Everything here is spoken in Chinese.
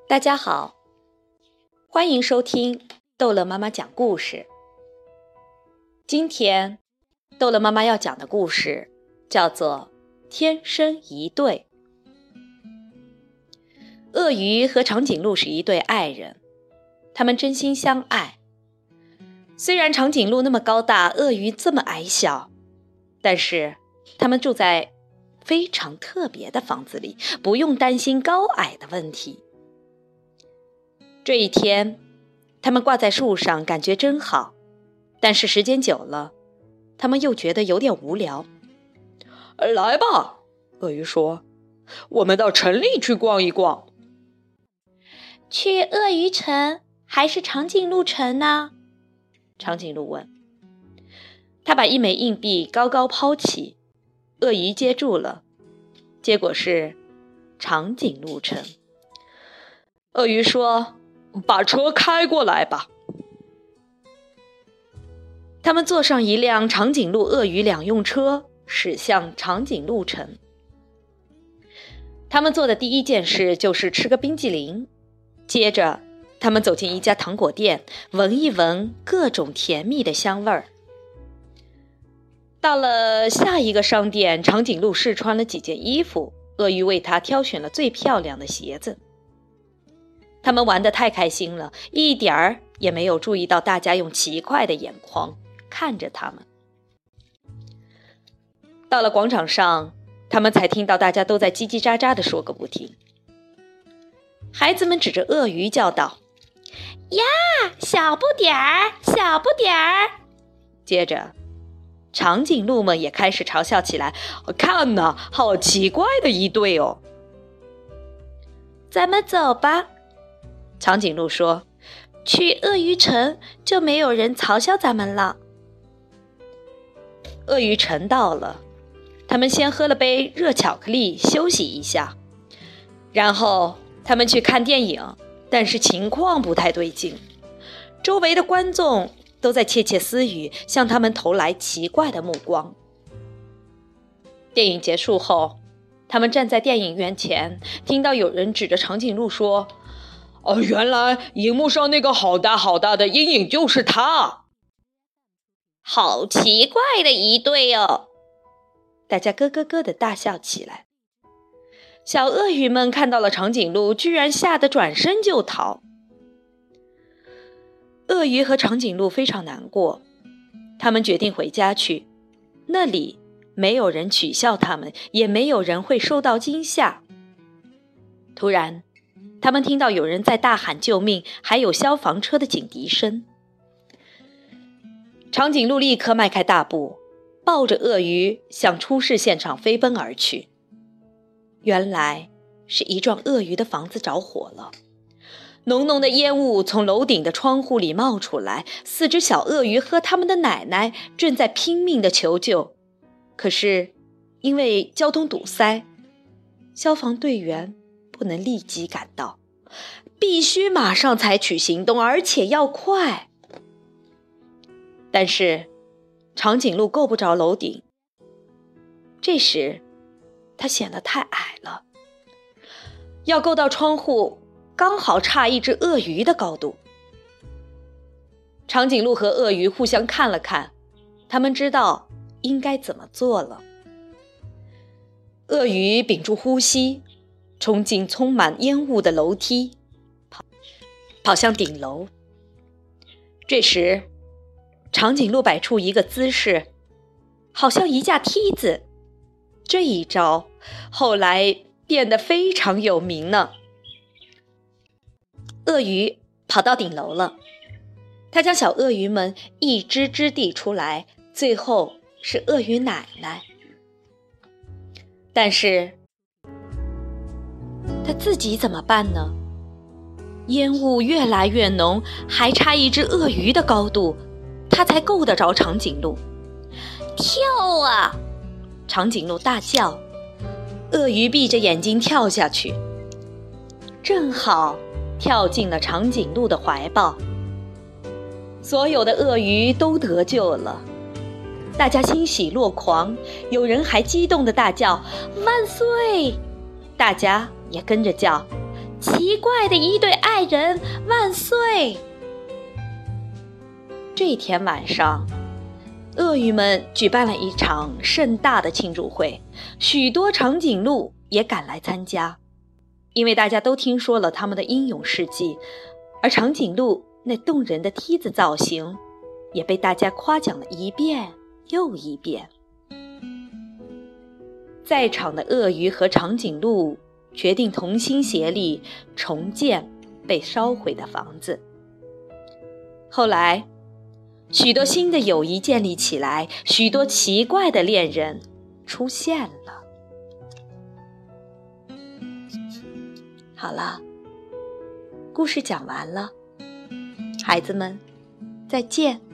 大家好，欢迎收听逗乐妈妈讲故事。今天逗乐妈妈要讲的故事叫做《天生一对》。鳄鱼和长颈鹿是一对爱人，他们真心相爱。虽然长颈鹿那么高大，鳄鱼这么矮小，但是他们住在非常特别的房子里，不用担心高矮的问题。这一天，他们挂在树上，感觉真好。但是时间久了，他们又觉得有点无聊。 来吧，鳄鱼说，我们到城里去逛一逛。 去鳄鱼城还是长颈鹿城呢？长颈鹿问。他把一枚硬币高高抛起，鳄鱼接住了，结果是长颈鹿城。 鳄鱼说，把车开过来吧。 他们坐上一辆长颈鹿鳄鱼两用车，驶向长颈鹿城。他们做的第一件事就是吃个冰激凌，接着他们走进一家糖果店，闻一闻各种甜蜜的香味儿。到了下一个商店，长颈鹿试穿了几件衣服，鳄鱼为他挑选了最漂亮的鞋子。他们玩得太开心了，一点儿也没有注意到大家用奇怪的眼光看着他们。到了广场上，他们才听到大家都在叽叽喳喳地说个不停。孩子们指着鳄鱼叫道：呀，小不点儿，小不点儿！接着长颈鹿们也开始嘲笑起来， 看哪，好奇怪的一对哦。 咱们走吧，长颈鹿说，去鳄鱼城就没有人嘲笑咱们了。鳄鱼城到了，他们先喝了杯热巧克力休息一下，然后他们去看电影，但是情况不太对劲，周围的观众都在窃窃私语，向他们投来奇怪的目光。电影结束后，他们站在电影院前，听到有人指着长颈鹿说， 原来荧幕上那个好大好大的阴影就是他。 好奇怪的一对哦！大家咯咯咯地大笑起来。小鳄鱼们看到了长颈鹿，居然吓得转身就逃。鳄鱼和长颈鹿非常难过，他们决定回家去，那里没有人取笑他们，也没有人会受到惊吓。突然，他们听到有人在大喊救命，还有消防车的警笛声。长颈鹿立刻迈开大步，抱着鳄鱼向出事现场飞奔而去。原来是一幢鳄鱼的房子着火了，浓浓的烟雾从楼顶的窗户里冒出来，4只小鳄鱼和他们的奶奶正在拼命地求救，可是因为交通堵塞，消防队员不能立即赶到，必须马上采取行动，而且要快。但是长颈鹿够不着楼顶，这时它显得太矮了，要够到窗户刚好差一只鳄鱼的高度。长颈鹿和鳄鱼互相看了看，他们知道应该怎么做了。鳄鱼屏住呼吸，冲进充满烟雾的楼梯，跑向顶楼。这时长颈鹿摆出一个姿势，好像一架梯子，这一招后来变得非常有名呢。鳄鱼跑到顶楼了，它将小鳄鱼们一只只递出来，最后是鳄鱼奶奶。但是它自己怎么办呢？烟雾越来越浓，还差一只鳄鱼的高度，它才够得着长颈鹿。跳啊！长颈鹿大叫，鳄鱼闭着眼睛跳下去，正好跳进了长颈鹿的怀抱。所有的鳄鱼都得救了，大家欣喜若狂，有人还激动地大叫万岁，大家也跟着叫奇怪的一对爱人万岁！这天晚上，鳄鱼们举办了一场盛大的庆祝会，许多长颈鹿也赶来参加，因为大家都听说了他们的英勇事迹，而长颈鹿那动人的梯子造型也被大家夸奖了一遍又一遍。在场的鳄鱼和长颈鹿决定同心协力重建被烧毁的房子。后来，许多新的友谊建立起来，许多奇怪的恋人出现了。好了，故事讲完了，孩子们，再见。